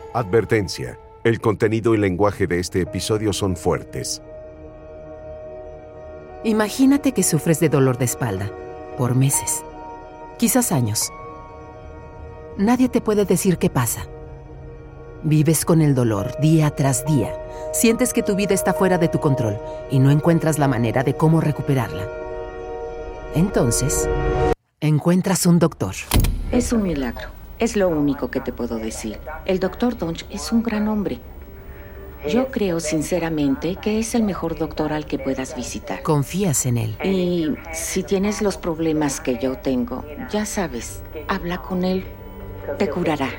Advertencia: el contenido y lenguaje de este episodio son fuertes. Imagínate que sufres de dolor de espalda por meses, quizás años. Nadie te puede decir qué pasa. Vives con el dolor día tras día. Sientes que tu vida está fuera de tu control y no encuentras la manera de cómo recuperarla. Entonces, encuentras un doctor. Es un milagro. Es lo único que te puedo decir. El Dr. Donch es un gran hombre. Yo creo sinceramente que es el mejor doctor al que puedas visitar. Confías en él. Y si tienes los problemas que yo tengo, ya sabes, habla con él. Te curará.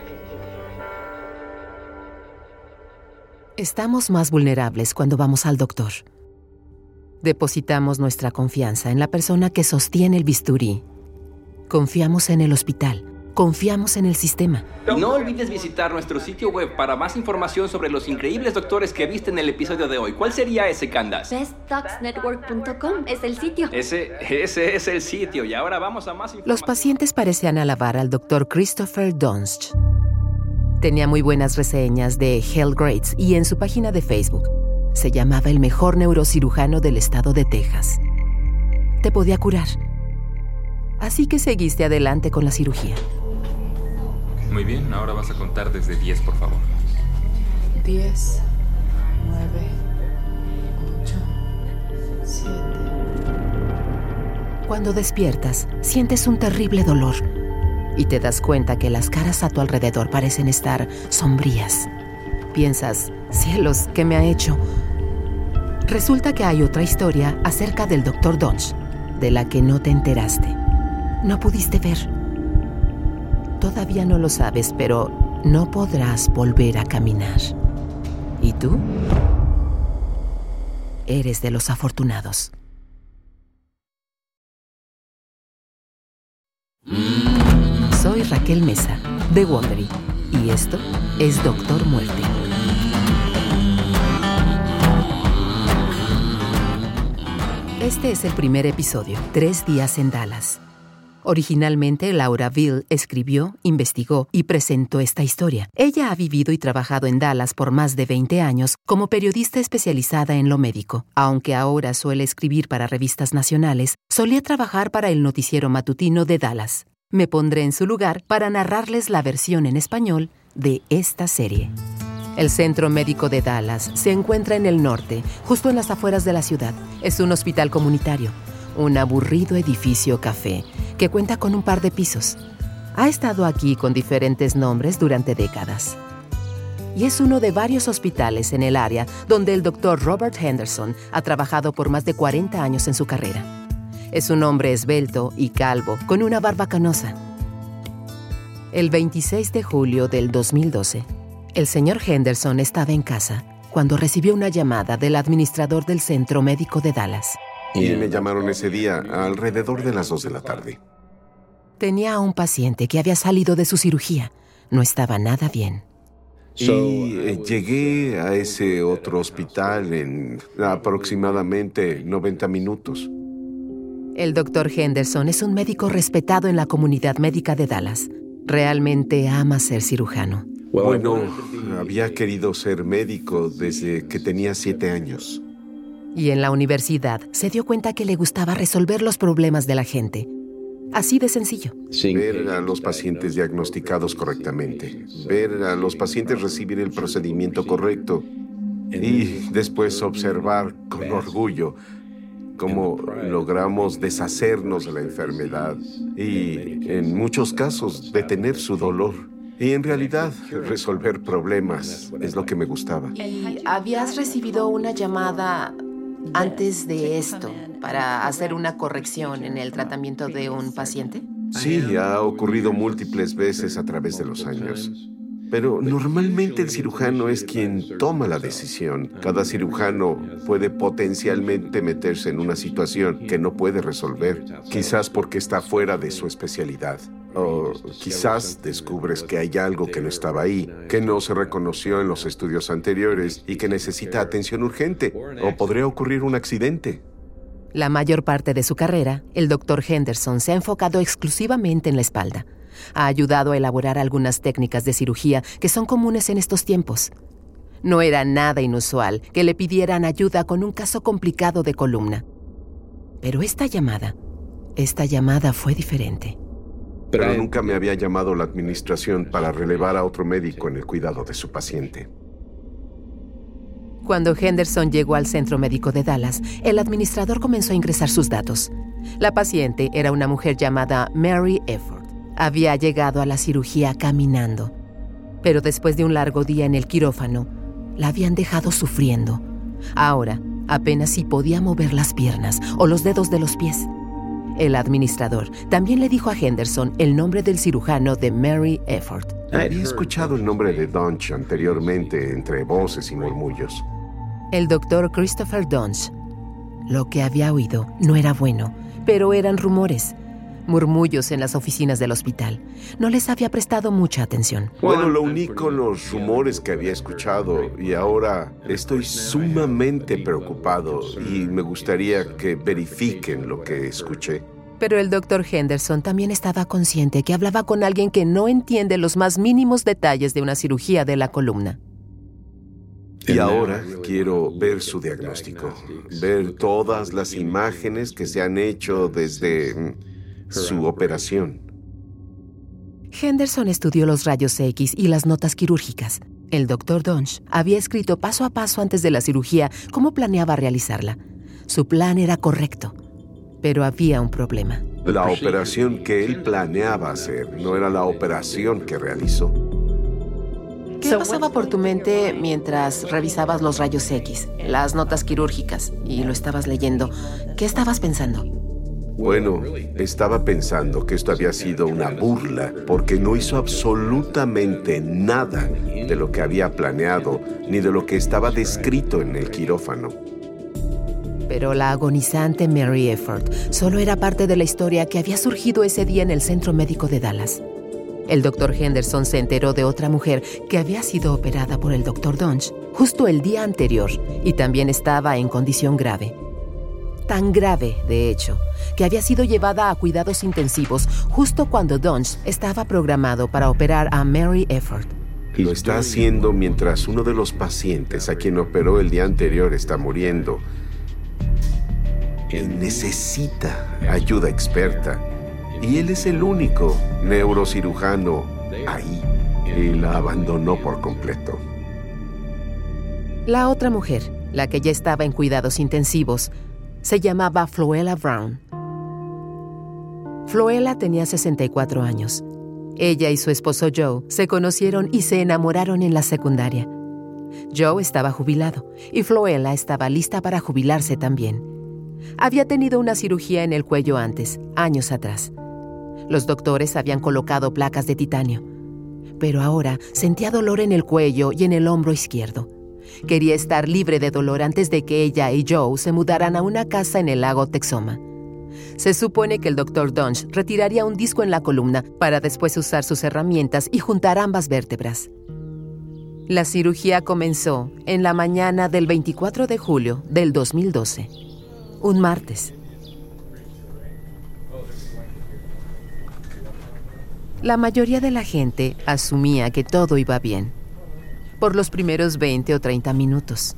Estamos más vulnerables cuando vamos al doctor. Depositamos nuestra confianza en la persona que sostiene el bisturí. Confiamos en el hospital. Confiamos en el sistema. No olvides visitar nuestro sitio web para más información sobre los increíbles doctores que viste en el episodio de hoy. ¿Cuál sería ese, Candace? BestDocsNetwork.com es el sitio. Ese es el sitio. Y ahora vamos a más información. Los pacientes parecían alabar al Dr. Christopher Donch. Tenía muy buenas reseñas de Health Grades y en su página de Facebook se llamaba el mejor neurocirujano del estado de Texas. Te podía curar. Así que seguiste adelante con la cirugía. Muy bien, ahora vas a contar desde 10, por favor. 10, 9, 8, 7. Cuando despiertas, sientes un terrible dolor y te das cuenta que las caras a tu alrededor parecen estar sombrías. Piensas, cielos, ¿qué me ha hecho? Resulta que hay otra historia acerca del Dr. Donch, de la que no te enteraste. No pudiste ver. Todavía no lo sabes, pero no podrás volver a caminar. ¿Y tú? Eres de los afortunados. Soy Raquel Mesa, de Wondery, y esto es Doctor Muerte. Este es el primer episodio, 3 días en Dallas. Originalmente, Laura Ville escribió, investigó y presentó esta historia. Ella ha vivido y trabajado en Dallas por más de 20 años como periodista especializada en lo médico. Aunque ahora suele escribir para revistas nacionales, solía trabajar para el noticiero matutino de Dallas. Me pondré en su lugar para narrarles la versión en español de esta serie. El Centro Médico de Dallas se encuentra en el norte, justo en las afueras de la ciudad. Es un hospital comunitario, un aburrido edificio café que cuenta con un par de pisos. Ha estado aquí con diferentes nombres durante décadas. Y es uno de varios hospitales en el área donde el Dr. Robert Henderson ha trabajado por más de 40 años en su carrera. Es un hombre esbelto y calvo, con una barba canosa. El 26 de julio del 2012, el señor Henderson estaba en casa cuando recibió una llamada del administrador del Centro Médico de Dallas. Y me llamaron ese día alrededor de las 2 de la tarde. Tenía a un paciente que había salido de su cirugía. No estaba nada bien. Y llegué a ese otro hospital en aproximadamente 90 minutos. El Dr. Henderson es un médico respetado en la comunidad médica de Dallas. Realmente ama ser cirujano. Bueno, había querido ser médico desde que tenía 7 años. Y en la universidad se dio cuenta que le gustaba resolver los problemas de la gente. Así de sencillo. Ver a los pacientes diagnosticados correctamente, ver a los pacientes recibir el procedimiento correcto y después observar con orgullo cómo logramos deshacernos de la enfermedad y, en muchos casos, detener su dolor. Y en realidad, resolver problemas es lo que me gustaba. ¿Y habías recibido una llamada antes de esto para hacer una corrección en el tratamiento de un paciente? Sí, ha ocurrido múltiples veces a través de los años. Pero normalmente el cirujano es quien toma la decisión. Cada cirujano puede potencialmente meterse en una situación que no puede resolver, quizás porque está fuera de su especialidad. O quizás descubres que hay algo que no estaba ahí, que no se reconoció en los estudios anteriores y que necesita atención urgente. O podría ocurrir un accidente. La mayor parte de su carrera, el Dr. Henderson se ha enfocado exclusivamente en la espalda. Ha ayudado a elaborar algunas técnicas de cirugía que son comunes en estos tiempos. No era nada inusual que le pidieran ayuda con un caso complicado de columna. Pero esta llamada fue diferente. Pero nunca me había llamado la administración para relevar a otro médico en el cuidado de su paciente. Cuando Henderson llegó al centro médico de Dallas, el administrador comenzó a ingresar sus datos. La paciente era una mujer llamada Mary Efford. Había llegado a la cirugía caminando, pero después de un largo día en el quirófano, la habían dejado sufriendo. Ahora, apenas si podía mover las piernas o los dedos de los pies. El administrador también le dijo a Henderson el nombre del cirujano de Mary Efford. Había escuchado el nombre de Donch anteriormente entre voces y murmullos. El doctor Christopher Donch. Lo que había oído no era bueno, pero eran rumores. Murmullos en las oficinas del hospital. No les había prestado mucha atención. Bueno, lo uní con los rumores que había escuchado y ahora estoy sumamente preocupado y me gustaría que verifiquen lo que escuché. Pero el doctor Henderson también estaba consciente que hablaba con alguien que no entiende los más mínimos detalles de una cirugía de la columna. Y ahora quiero ver su diagnóstico, ver todas las imágenes que se han hecho desde su operación. Henderson estudió los rayos X y las notas quirúrgicas. El doctor Donch había escrito paso a paso antes de la cirugía cómo planeaba realizarla. Su plan era correcto, pero había un problema. La operación que él planeaba hacer no era la operación que realizó. ¿Qué pasaba por tu mente mientras revisabas los rayos X, las notas quirúrgicas, y lo estabas leyendo? ¿Qué estabas pensando? Bueno, estaba pensando que esto había sido una burla porque no hizo absolutamente nada de lo que había planeado ni de lo que estaba descrito en el quirófano. Pero la agonizante Mary Efford solo era parte de la historia que había surgido ese día en el centro médico de Dallas. El doctor Henderson se enteró de otra mujer que había sido operada por el doctor Donch justo el día anterior y también estaba en condición grave. Tan grave, de hecho, que había sido llevada a cuidados intensivos justo cuando Donch estaba programado para operar a Mary Efford. Lo está haciendo mientras uno de los pacientes a quien operó el día anterior está muriendo. Él necesita ayuda experta. Y él es el único neurocirujano ahí. Y la abandonó por completo. La otra mujer, la que ya estaba en cuidados intensivos, se llamaba Floella Brown. Floella tenía 64 años. Ella y su esposo Joe se conocieron y se enamoraron en la secundaria. Joe estaba jubilado y Floella estaba lista para jubilarse también. Había tenido una cirugía en el cuello antes, años atrás. Los doctores habían colocado placas de titanio, pero ahora sentía dolor en el cuello y en el hombro izquierdo. Quería estar libre de dolor antes de que ella y Joe se mudaran a una casa en el lago Texoma. Se supone que el doctor Donch retiraría un disco en la columna para después usar sus herramientas y juntar ambas vértebras. La cirugía comenzó en la mañana del 24 de julio del 2012, un martes. La mayoría de la gente asumía que todo iba bien por los primeros 20 o 30 minutos.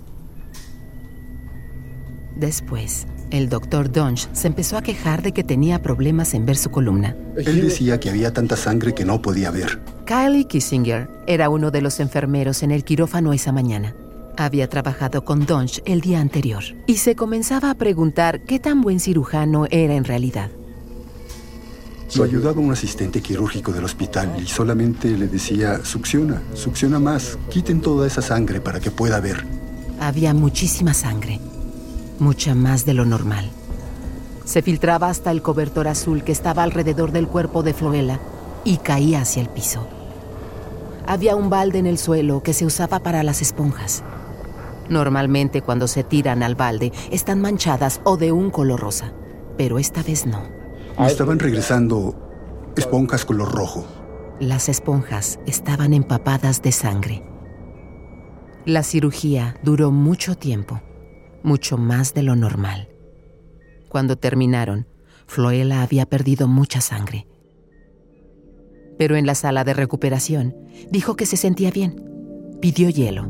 Después, el doctor Donch se empezó a quejar de que tenía problemas en ver su columna. Él decía que había tanta sangre que no podía ver. Kylie Kissinger era uno de los enfermeros en el quirófano esa mañana. Había trabajado con Donch el día anterior y se comenzaba a preguntar qué tan buen cirujano era en realidad. Lo ayudaba un asistente quirúrgico del hospital y solamente le decía, succiona más, quiten toda esa sangre para que pueda ver. Había muchísima sangre, mucha más de lo normal. Se filtraba hasta el cobertor azul que estaba alrededor del cuerpo de Floella y caía hacia el piso. Había un balde en el suelo que se usaba para las esponjas. Normalmente cuando se tiran al balde están manchadas o de un color rosa, pero esta vez no. Me estaban regresando esponjas color rojo. Las esponjas estaban empapadas de sangre. La cirugía duró mucho tiempo, mucho más de lo normal. Cuando terminaron, Floella había perdido mucha sangre. pero en la sala de recuperación dijo que se sentía bien. Pidió hielo.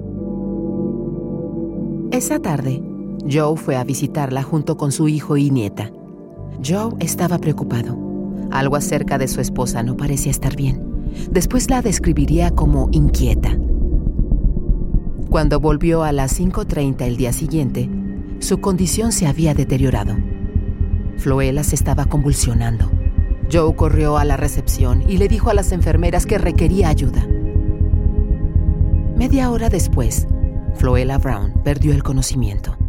Esa tarde, Joe fue a visitarla junto con su hijo y nieta. Joe estaba preocupado. Algo acerca de su esposa no parecía estar bien. Después la describiría como inquieta. Cuando volvió a las 5:30 el día siguiente, su condición se había deteriorado. Floella se estaba convulsionando. Joe corrió a la recepción y le dijo a las enfermeras que requería ayuda. Media hora después, Floella Brown perdió el conocimiento.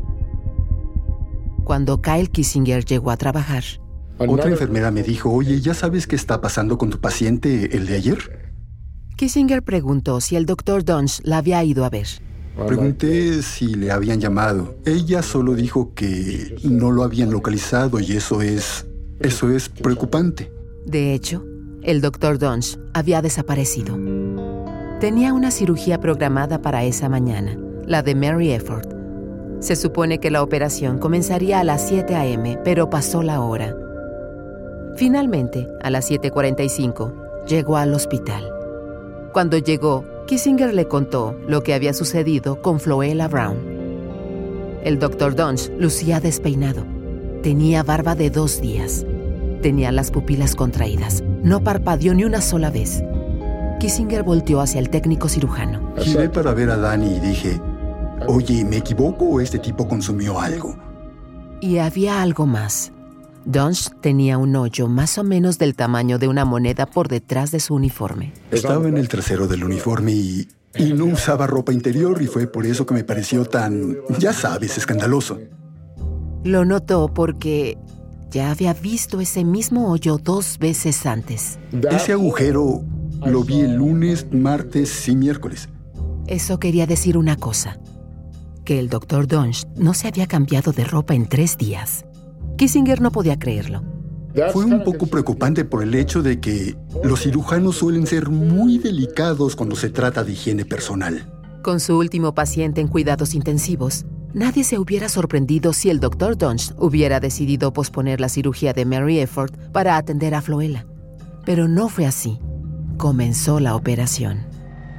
Cuando Kyle Kissinger llegó a trabajar, otra enfermera me dijo, oye, ¿ya sabes qué está pasando con tu paciente el de ayer? Kissinger preguntó si el Dr. Dunge la había ido a ver. Pregunté si le habían llamado. Ella solo dijo que no lo habían localizado y eso es preocupante. De hecho, el Dr. Dunge había desaparecido. Tenía una cirugía programada para esa mañana, la de Mary Efford. Se supone que la operación comenzaría a las 7 a.m., pero pasó la hora. Finalmente, a las 7:45, llegó al hospital. Cuando llegó, Kissinger le contó lo que había sucedido con Floella Brown. El Dr. Dunge lucía despeinado. Tenía barba de 2 días. Tenía las pupilas contraídas. No parpadeó ni una sola vez. Kissinger volteó hacia el técnico cirujano. Giré para ver a Danny y dije, oye, ¿me equivoco o este tipo consumió algo? Y había algo más. Dunge tenía un hoyo más o menos del tamaño de una moneda por detrás de su uniforme. Estaba en el trasero del uniforme y no usaba ropa interior y fue por eso que me pareció tan, ya sabes, escandaloso. Lo notó porque ya había visto ese mismo hoyo 2 veces antes. Ese agujero lo vi el lunes, martes y miércoles. Eso quería decir una cosa, que el Dr. Dunge no se había cambiado de ropa en 3 días. Kissinger no podía creerlo. Fue un poco preocupante por el hecho de que los cirujanos suelen ser muy delicados cuando se trata de higiene personal. Con su último paciente en cuidados intensivos, nadie se hubiera sorprendido si el Dr. Dunge hubiera decidido posponer la cirugía de Mary Efford para atender a Floella. Pero no fue así. Comenzó la operación.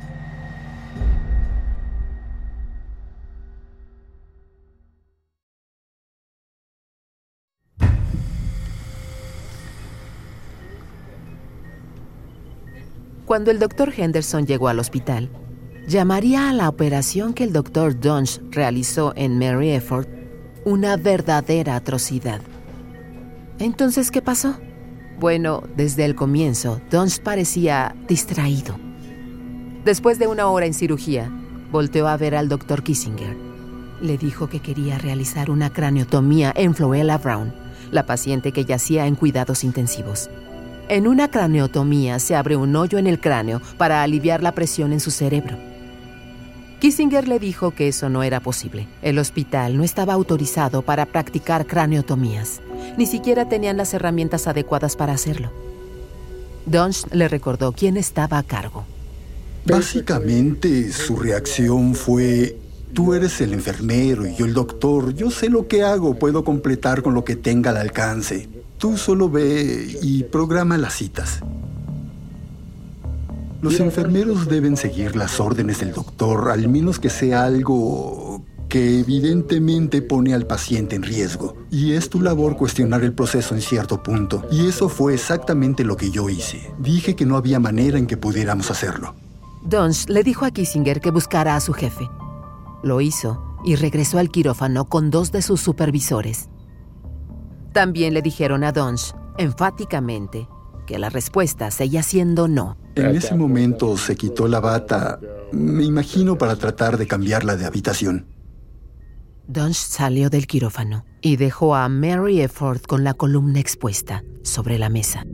Cuando el Dr. Henderson llegó al hospital, llamaría a la operación que el Dr. Dunge realizó en Mary Efford una verdadera atrocidad. Entonces, ¿qué pasó? Bueno, desde el comienzo, Dunge parecía distraído. Después de 1 hora en cirugía, volteó a ver al Dr. Kissinger. Le dijo que quería realizar una craniotomía en Floella Brown, la paciente que yacía en cuidados intensivos. En una craniotomía se abre un hoyo en el cráneo para aliviar la presión en su cerebro. Kissinger le dijo que eso no era posible. El hospital no estaba autorizado para practicar craniotomías. Ni siquiera tenían las herramientas adecuadas para hacerlo. Dunge le recordó quién estaba a cargo. Básicamente, su reacción fue, tú eres el enfermero y yo el doctor. Yo sé lo que hago, puedo completar con lo que tenga al alcance. Tú solo ve y programa las citas. Los enfermeros deben seguir las órdenes del doctor, al menos que sea algo que evidentemente pone al paciente en riesgo. Y es tu labor cuestionar el proceso en cierto punto. Y eso fue exactamente lo que yo hice. Dije que no había manera en que pudiéramos hacerlo. Dunge le dijo a Kissinger que buscara a su jefe. Lo hizo y regresó al quirófano con 2 de sus supervisores. También le dijeron a Dunge, enfáticamente, que la respuesta seguía siendo no. En ese momento se quitó la bata, me imagino para tratar de cambiarla de habitación. Dunge salió del quirófano y dejó a Mary Efford con la columna expuesta sobre la mesa.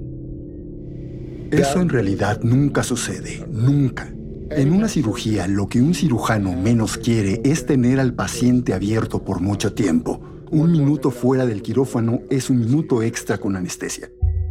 Eso en realidad nunca sucede, nunca. En una cirugía, lo que un cirujano menos quiere es tener al paciente abierto por mucho tiempo. 1 minuto fuera del quirófano es 1 minuto extra con anestesia.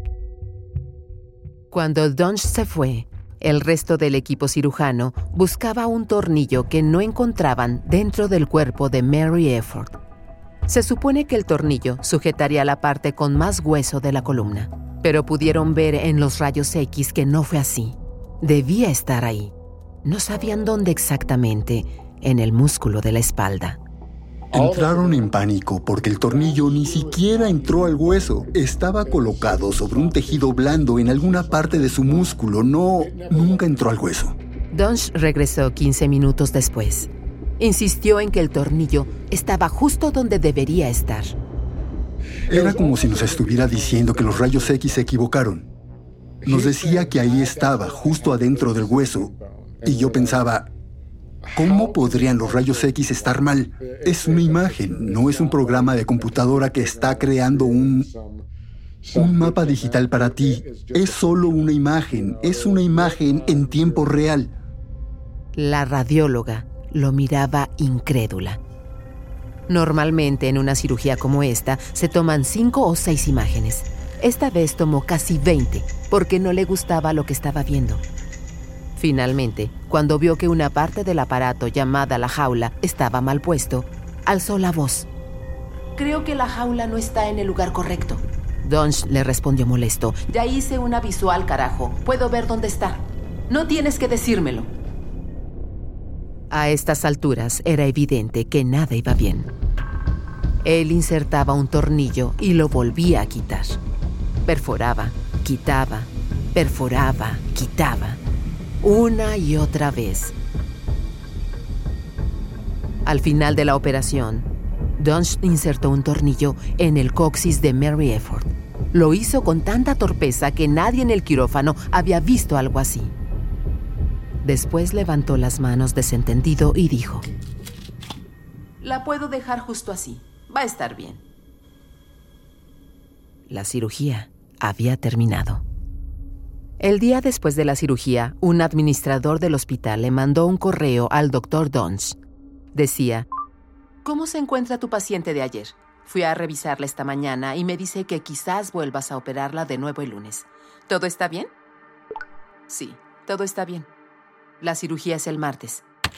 Cuando Dunge se fue, el resto del equipo cirujano buscaba un tornillo que no encontraban dentro del cuerpo de Mary Efford. Se supone que el tornillo sujetaría la parte con más hueso de la columna. Pero pudieron ver en los rayos X que no fue así. Debía estar ahí. No sabían dónde exactamente, en el músculo de la espalda. Entraron en pánico porque el tornillo ni siquiera entró al hueso. Estaba colocado sobre un tejido blando en alguna parte de su músculo. Nunca entró al hueso. Dunge regresó 15 minutos después. Insistió en que el tornillo estaba justo donde debería estar. Era como si nos estuviera diciendo que los rayos X se equivocaron. Nos decía que ahí estaba, justo adentro del hueso. Y yo pensaba, ¿cómo podrían los rayos X estar mal? Es una imagen, no es un programa de computadora que está creando un mapa digital para ti. Es solo una imagen, es una imagen en tiempo real. La radióloga lo miraba incrédula. Normalmente en una cirugía como esta se toman 5 o 6 imágenes. Esta vez tomó casi 20 porque no le gustaba lo que estaba viendo. Finalmente, cuando vio que una parte del aparato llamada la jaula estaba mal puesto, alzó la voz. «Creo que la jaula no está en el lugar correcto». Dunge le respondió molesto. «Ya hice una visual, carajo. Puedo ver dónde está. No tienes que decírmelo». A estas alturas era evidente que nada iba bien. Él insertaba un tornillo y lo volvía a quitar. Perforaba, quitaba, perforaba, quitaba. Una y otra vez. Al final de la operación, Dunge insertó un tornillo en el coxis de Mary Efford. Lo hizo con tanta torpeza que nadie en el quirófano había visto algo así. Después levantó las manos desentendido y dijo: «La puedo dejar justo así. Va a estar bien». La cirugía había terminado. El día después de la cirugía, un administrador del hospital le mandó un correo al Dr. Dunge. Decía: «¿Cómo se encuentra tu paciente de ayer? Fui a revisarla esta mañana y me dice que quizás vuelvas a operarla de nuevo el lunes. ¿Todo está bien?» «Sí, todo está bien. La cirugía es el martes».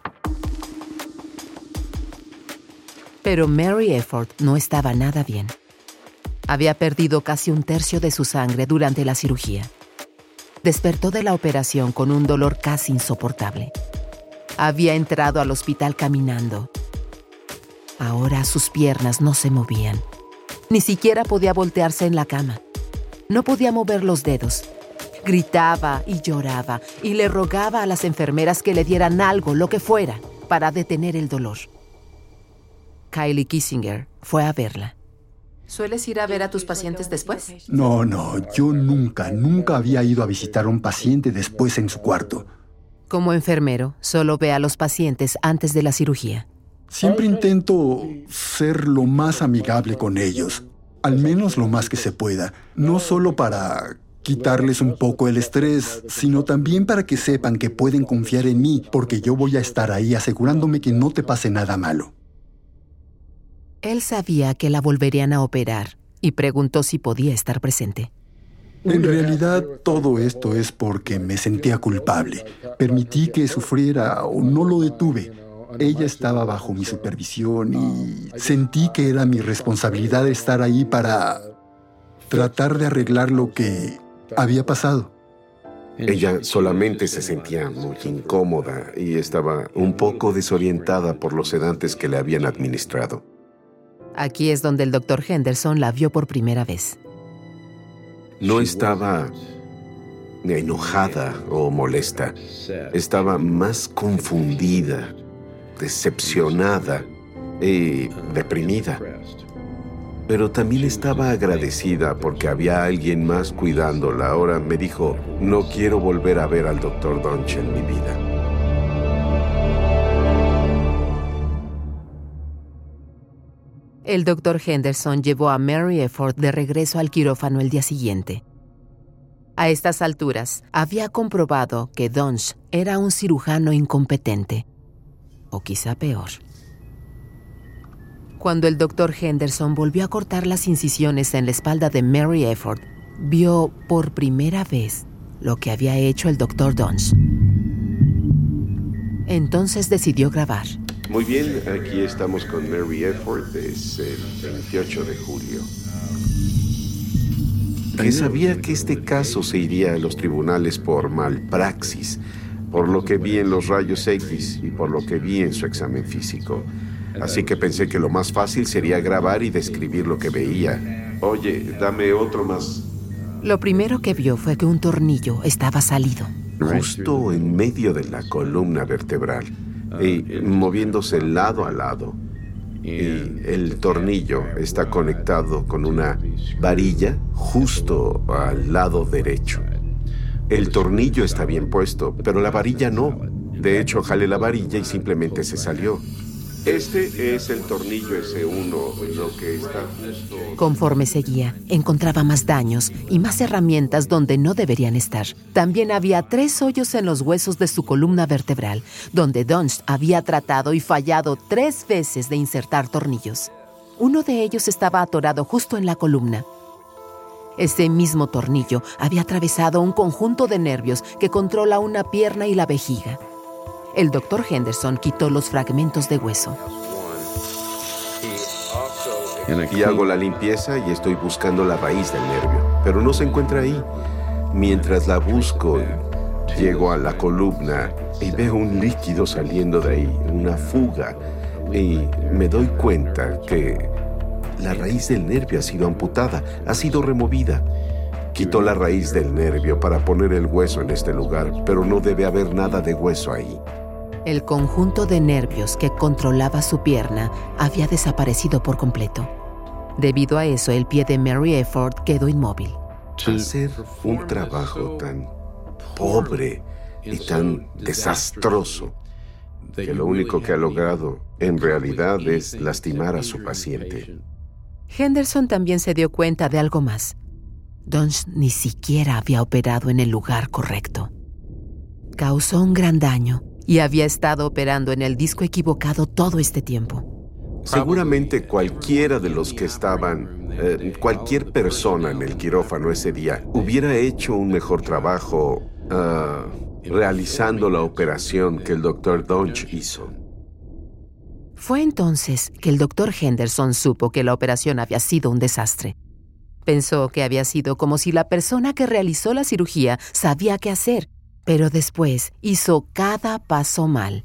Pero Mary Efford no estaba nada bien. Había perdido casi 1/3 de su sangre durante la cirugía. Despertó de la operación con un dolor casi insoportable. Había entrado al hospital caminando. Ahora sus piernas no se movían. Ni siquiera podía voltearse en la cama. No podía mover los dedos. Gritaba y lloraba y le rogaba a las enfermeras que le dieran algo, lo que fuera, para detener el dolor. Kylie Kissinger fue a verla. ¿Sueles ir a ver a tus pacientes después? No, yo nunca había ido a visitar a un paciente después en su cuarto. Como enfermero, solo ve a los pacientes antes de la cirugía. Siempre intento ser lo más amigable con ellos, al menos lo más que se pueda, no solo para quitarles un poco el estrés, sino también para que sepan que pueden confiar en mí, porque yo voy a estar ahí asegurándome que no te pase nada malo. Él sabía que la volverían a operar y preguntó si podía estar presente. En realidad, todo esto es porque me sentía culpable. Permití que sufriera o no lo detuve. Ella estaba bajo mi supervisión y sentí que era mi responsabilidad estar ahí para tratar de arreglar lo que había pasado. Ella solamente se sentía muy incómoda y estaba un poco desorientada por los sedantes que le habían administrado. Aquí es donde el Dr. Henderson la vio por primera vez. No estaba enojada o molesta. Estaba más confundida, decepcionada y deprimida. Pero también estaba agradecida porque había alguien más cuidándola. Ahora me dijo: «No quiero volver a ver al Dr. Dunge en mi vida». El Dr. Henderson llevó a Mary Efford de regreso al quirófano el día siguiente. A estas alturas, había comprobado que Dunge era un cirujano incompetente. O quizá peor. Cuando el Dr. Henderson volvió a cortar las incisiones en la espalda de Mary Efford, vio por primera vez lo que había hecho el Dr. Dunge. Entonces decidió grabar. Muy bien, aquí estamos con Mary Efford. Es el 28 de julio. que sabía que este caso se iría a los tribunales por malpraxis, por lo que vi en los rayos X y por lo que vi en su examen físico. Así que pensé que lo más fácil sería grabar y describir lo que veía. Oye, dame otro más. Lo primero que vio fue que un tornillo estaba salido. Justo en medio de la columna vertebral y moviéndose lado a lado. Y el tornillo está conectado con una varilla justo al lado derecho. El tornillo está bien puesto, pero la varilla no. De hecho, jalé la varilla y simplemente se salió. Este es el tornillo S1, lo que está justo... Conforme seguía, encontraba más daños y más herramientas donde no deberían estar. También había 3 hoyos en los huesos de su columna vertebral, donde Dunst había tratado y fallado 3 veces de insertar tornillos. Uno de ellos estaba atorado justo en la columna. Ese mismo tornillo había atravesado un conjunto de nervios que controla una pierna y la vejiga. El Dr. Henderson quitó los fragmentos de hueso. Y hago la limpieza y estoy buscando la raíz del nervio, pero no se encuentra ahí. Mientras la busco, llego a la columna y veo un líquido saliendo de ahí, una fuga, y me doy cuenta que la raíz del nervio ha sido amputada, ha sido removida. Quitó la raíz del nervio para poner el hueso en este lugar, pero no debe haber nada de hueso ahí. El conjunto de nervios que controlaba su pierna había desaparecido por completo. Debido a eso, el pie de Mary Efford quedó inmóvil. Hacer un trabajo tan pobre y tan desastroso que lo único que ha logrado en realidad es lastimar a su paciente. Henderson también se dio cuenta de algo más. Dunst ni siquiera había operado en el lugar correcto. Causó un gran daño y había estado operando en el disco equivocado todo este tiempo. Seguramente cualquiera de los que estaban, cualquier persona en el quirófano ese día hubiera hecho un mejor trabajo realizando la operación que el Dr. Dunst hizo. Fue entonces que el Dr. Henderson supo que la operación había sido un desastre. Pensó que había sido como si la persona que realizó la cirugía sabía qué hacer, pero después hizo cada paso mal.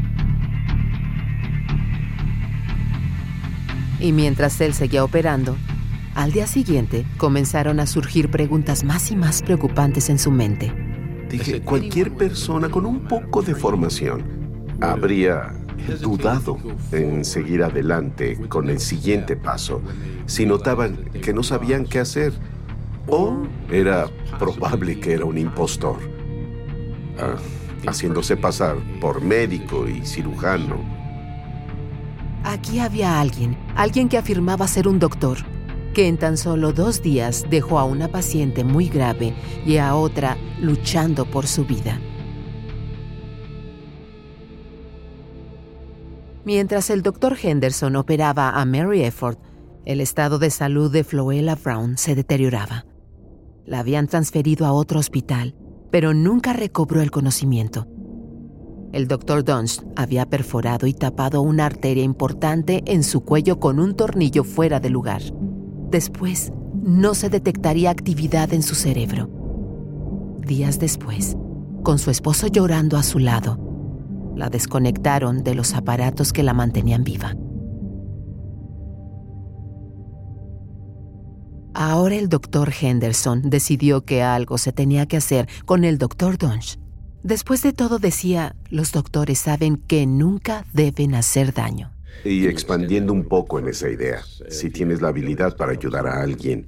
Y mientras él seguía operando, al día siguiente comenzaron a surgir preguntas más y más preocupantes en su mente. Dije, cualquier persona con un poco de formación habría dudado en seguir adelante con el siguiente paso si notaban que no sabían qué hacer, o era probable que era un impostor, haciéndose pasar por médico y cirujano. Aquí había alguien que afirmaba ser un doctor, que en tan solo 2 días dejó a una paciente muy grave y a otra luchando por su vida. Mientras el Dr. Henderson operaba a Mary Efford, el estado de salud de Floella Brown se deterioraba. La habían transferido a otro hospital, pero nunca recobró el conocimiento. El Dr. Dunst había perforado y tapado una arteria importante en su cuello con un tornillo fuera de lugar. Después, no se detectaría actividad en su cerebro. Días después, con su esposo llorando a su lado, la desconectaron de los aparatos que la mantenían viva. Ahora el Dr. Henderson decidió que algo se tenía que hacer con el Dr. Dunst. Después de todo, decía, los doctores saben que nunca deben hacer daño. Y expandiendo un poco en esa idea, si tienes la habilidad para ayudar a alguien,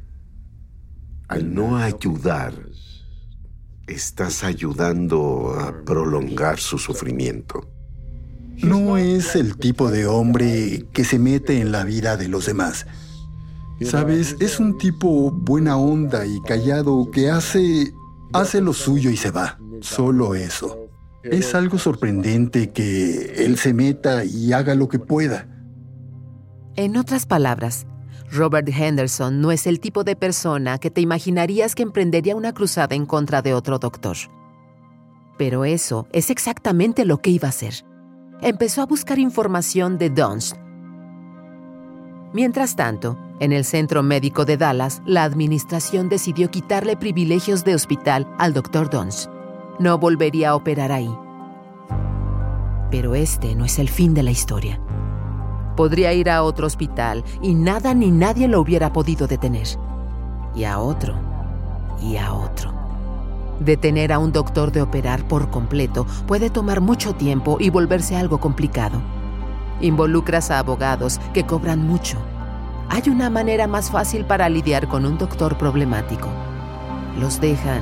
al no ayudar, estás ayudando a prolongar su sufrimiento. No es el tipo de hombre que se mete en la vida de los demás. ¿Sabes? Es un tipo buena onda y callado que hace lo suyo y se va. Solo eso. Es algo sorprendente que él se meta y haga lo que pueda. En otras palabras, Robert Henderson no es el tipo de persona que te imaginarías que emprendería una cruzada en contra de otro doctor. Pero eso es exactamente lo que iba a hacer. Empezó a buscar información de Dunst. Mientras tanto, En el Centro Médico de Dallas, la administración decidió quitarle privilegios de hospital al Dr. Donch. No volvería a operar ahí. Pero este no es el fin de la historia. Podría ir a otro hospital y nada ni nadie lo hubiera podido detener. Y a otro, y a otro. Detener a un doctor de operar por completo puede tomar mucho tiempo y volverse algo complicado. Involucras a abogados que cobran mucho. Hay una manera más fácil para lidiar con un doctor problemático. Los dejan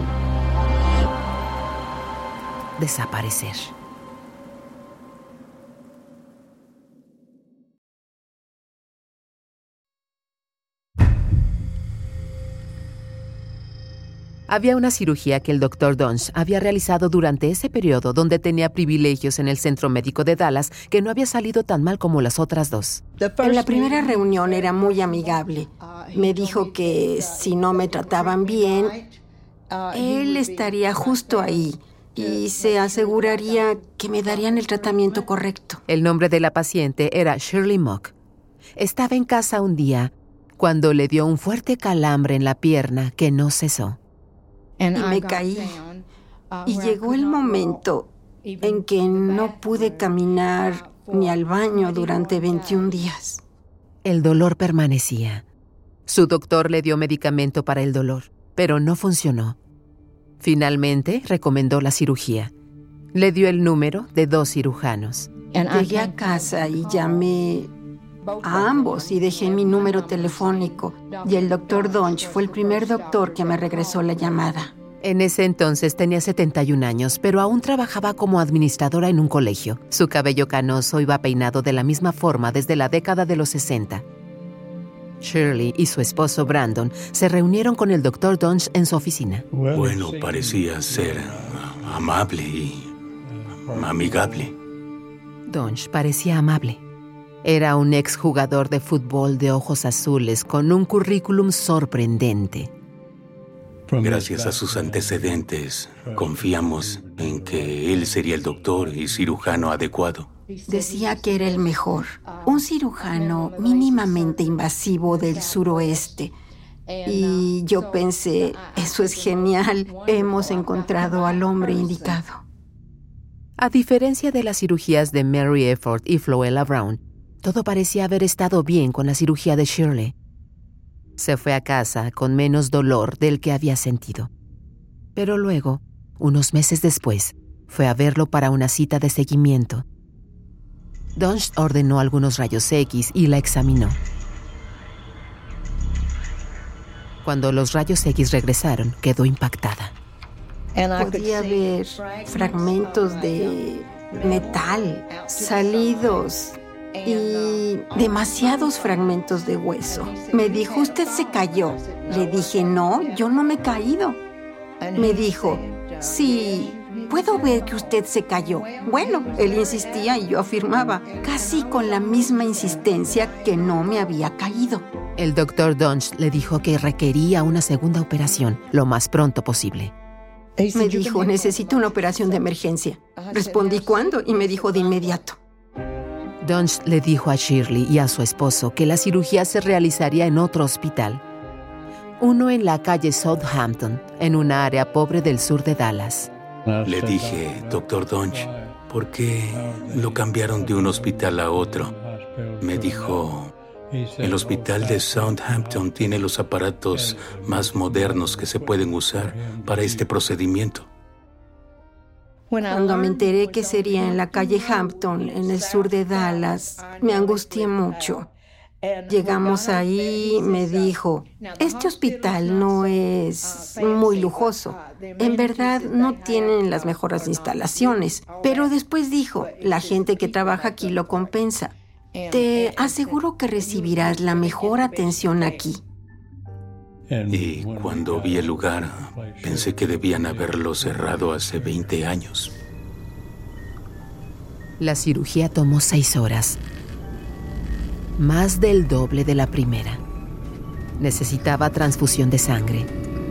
desaparecer. Había una cirugía que el Dr. Donch había realizado durante ese periodo donde tenía privilegios en el Centro Médico de Dallas que no había salido tan mal como las otras dos. En la primera reunión era muy amigable. Me dijo que si no me trataban bien, él estaría justo ahí y se aseguraría que me darían el tratamiento correcto. El nombre de la paciente era Shirley Mock. Estaba en casa un día cuando le dio un fuerte calambre en la pierna que no cesó. Y me caí. Y llegó el momento en que no pude caminar ni al baño durante 21 días. El dolor permanecía. Su doctor le dio medicamento para el dolor, pero no funcionó. Finalmente recomendó la cirugía. Le dio el número de 2 cirujanos. Llegué a casa y llamé a ambos y dejé mi número telefónico. Y el Dr. Donch fue el primer doctor que me regresó la llamada. En ese entonces tenía 71 años, pero aún trabajaba como administradora en un colegio. Su cabello canoso iba peinado de la misma forma desde la década de los 60. Shirley y su esposo Brandon se reunieron con el Dr. Donch en su oficina. Bueno, parecía ser amable y amigable. Donch parecía amable. Era un exjugador de fútbol de ojos azules con un currículum sorprendente. Gracias a sus antecedentes, confiamos en que él sería el doctor y cirujano adecuado. Decía que era el mejor, un cirujano mínimamente invasivo del suroeste. Y yo pensé, eso es genial, hemos encontrado al hombre indicado. A diferencia de las cirugías de Mary Efford y Floella Brown, todo parecía haber estado bien con la cirugía de Shirley. Se fue a casa con menos dolor del que había sentido. Pero luego, unos meses después, fue a verlo para una cita de seguimiento. Donch ordenó algunos rayos X y la examinó. Cuando los rayos X regresaron, quedó impactada. Podía ver fragmentos de metal salidos y demasiados fragmentos de hueso. Me dijo, ¿usted se cayó? Le dije, no, yo no me he caído. Me dijo, sí, puedo ver que usted se cayó. Bueno, él insistía y yo afirmaba, casi con la misma insistencia, que no me había caído. El Dr. Donch le dijo que requería una segunda operación lo más pronto posible. Me dijo, necesito una operación de emergencia. Respondí, ¿cuándo? Y me dijo, de inmediato. Donch le dijo a Shirley y a su esposo que la cirugía se realizaría en otro hospital. Uno en la calle Southampton, en una área pobre del sur de Dallas. Le dije, Dr. Donch, ¿por qué lo cambiaron de un hospital a otro? Me dijo, el hospital de Southampton tiene los aparatos más modernos que se pueden usar para este procedimiento. Cuando me enteré que sería en la calle Hampton, en el sur de Dallas, me angustié mucho. Llegamos ahí, me dijo, este hospital no es muy lujoso. En verdad no tienen las mejores instalaciones. Pero después dijo, la gente que trabaja aquí lo compensa. Te aseguro que recibirás la mejor atención aquí. Y cuando vi el lugar, pensé que debían haberlo cerrado hace 20 años. La cirugía tomó 6 horas. Más del doble de la primera. Necesitaba transfusión de sangre.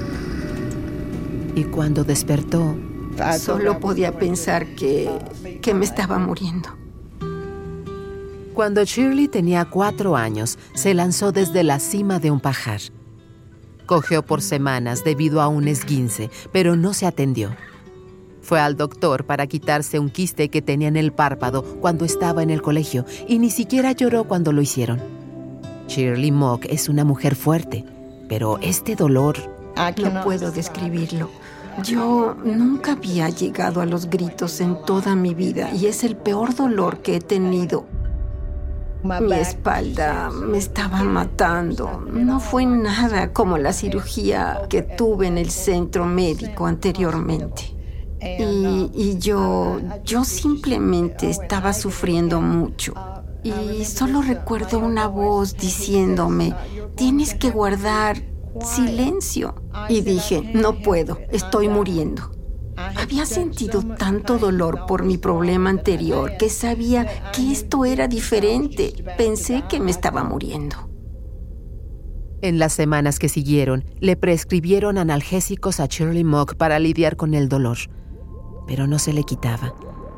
Y cuando despertó, solo podía pensar que me estaba muriendo. Cuando Shirley tenía 4 años, se lanzó desde la cima de un pajar. Cojeó por semanas debido a un esguince, pero no se atendió. Fue al doctor para quitarse un quiste que tenía en el párpado cuando estaba en el colegio y ni siquiera lloró cuando lo hicieron. Shirley Mock es una mujer fuerte, pero este dolor... No puedo describirlo. Yo nunca había llegado a los gritos en toda mi vida y es el peor dolor que he tenido. Mi espalda me estaba matando. No fue nada como la cirugía que tuve en el centro médico anteriormente. Y yo simplemente estaba sufriendo mucho. Y solo recuerdo una voz diciéndome, tienes que guardar silencio. Y dije, no puedo, estoy muriendo. Había sentido tanto dolor por mi problema anterior que sabía que esto era diferente. Pensé que me estaba muriendo. En las semanas que siguieron, le prescribieron analgésicos a Shirley Mock para lidiar con el dolor, pero no se le quitaba.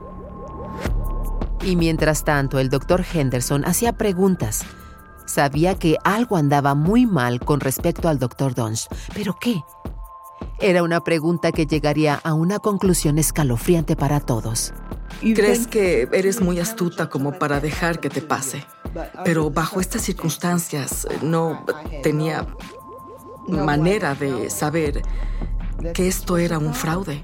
Y mientras tanto, el doctor Henderson hacía preguntas. Sabía que algo andaba muy mal con respecto al doctor Dunch. ¿Pero qué? Era una pregunta que llegaría a una conclusión escalofriante para todos. Crees que eres muy astuta como para dejar que te pase, pero bajo estas circunstancias no tenía manera de saber que esto era un fraude.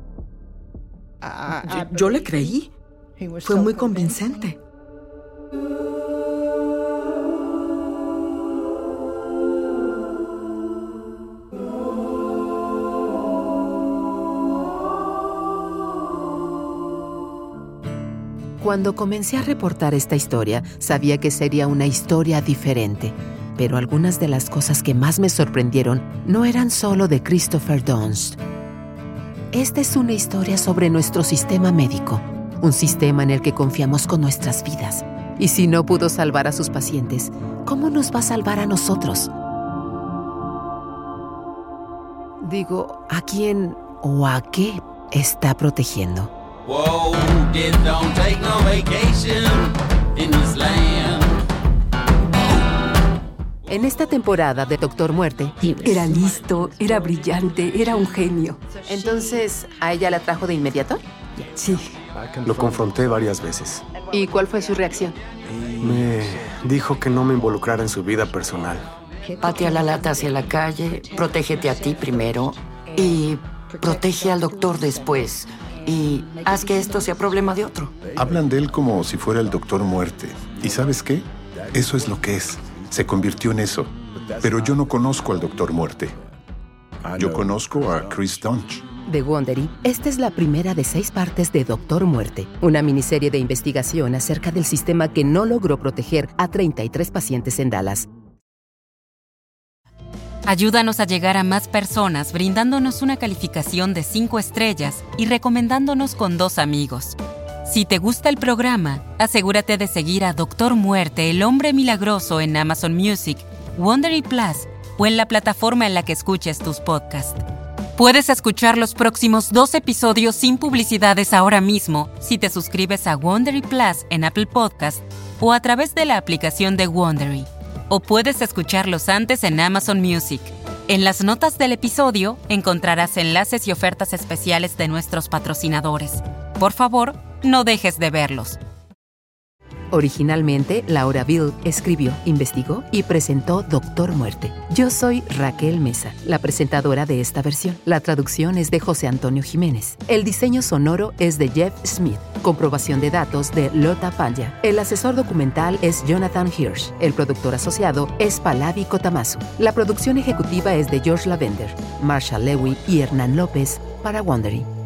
Yo le creí. Fue muy convincente. Cuando comencé a reportar esta historia, sabía que sería una historia diferente. Pero algunas de las cosas que más me sorprendieron no eran solo de Christopher Dunst. Esta es una historia sobre nuestro sistema médico, un sistema en el que confiamos con nuestras vidas. Y si no pudo salvar a sus pacientes, ¿cómo nos va a salvar a nosotros? Digo, ¿a quién o a qué está protegiendo? Whoa, kids don't take no vacation in this land. En esta temporada de Doctor Muerte... Era listo, era brillante, era un genio. Entonces, ¿a ella la trajo de inmediato? Sí. Lo confronté varias veces. ¿Y cuál fue su reacción? Me dijo que no me involucrara en su vida personal. Patea la lata hacia la calle, protégete a ti primero y protege al doctor después. Y haz que esto sea problema de otro. Hablan de él como si fuera el Doctor Muerte. ¿Y sabes qué? Eso es lo que es. Se convirtió en eso. Pero yo no conozco al Doctor Muerte. Yo conozco a Chris Dunch. De Wondery, esta es la primera de 6 partes de Doctor Muerte, una miniserie de investigación acerca del sistema que no logró proteger a 33 pacientes en Dallas. Ayúdanos a llegar a más personas brindándonos una calificación de 5 estrellas y recomendándonos con 2 amigos. Si te gusta el programa, asegúrate de seguir a Doctor Muerte, el hombre milagroso en Amazon Music, Wondery Plus o en la plataforma en la que escuches tus podcasts. Puedes escuchar los próximos 2 episodios sin publicidades ahora mismo si te suscribes a Wondery Plus en Apple Podcast o a través de la aplicación de Wondery. O puedes escucharlos antes en Amazon Music. En las notas del episodio encontrarás enlaces y ofertas especiales de nuestros patrocinadores. Por favor, no dejes de verlos. Originalmente, Laura Bill escribió, investigó y presentó Doctor Muerte. Yo soy Raquel Mesa, la presentadora de esta versión. La traducción es de José Antonio Jiménez. El diseño sonoro es de Jeff Smith. Comprobación de datos de Lota Panya. El asesor documental es Jonathan Hirsch. El productor asociado es Pallavi Kotamasu. La producción ejecutiva es de George Lavender, Marshall Lewy y Hernán López para Wondery.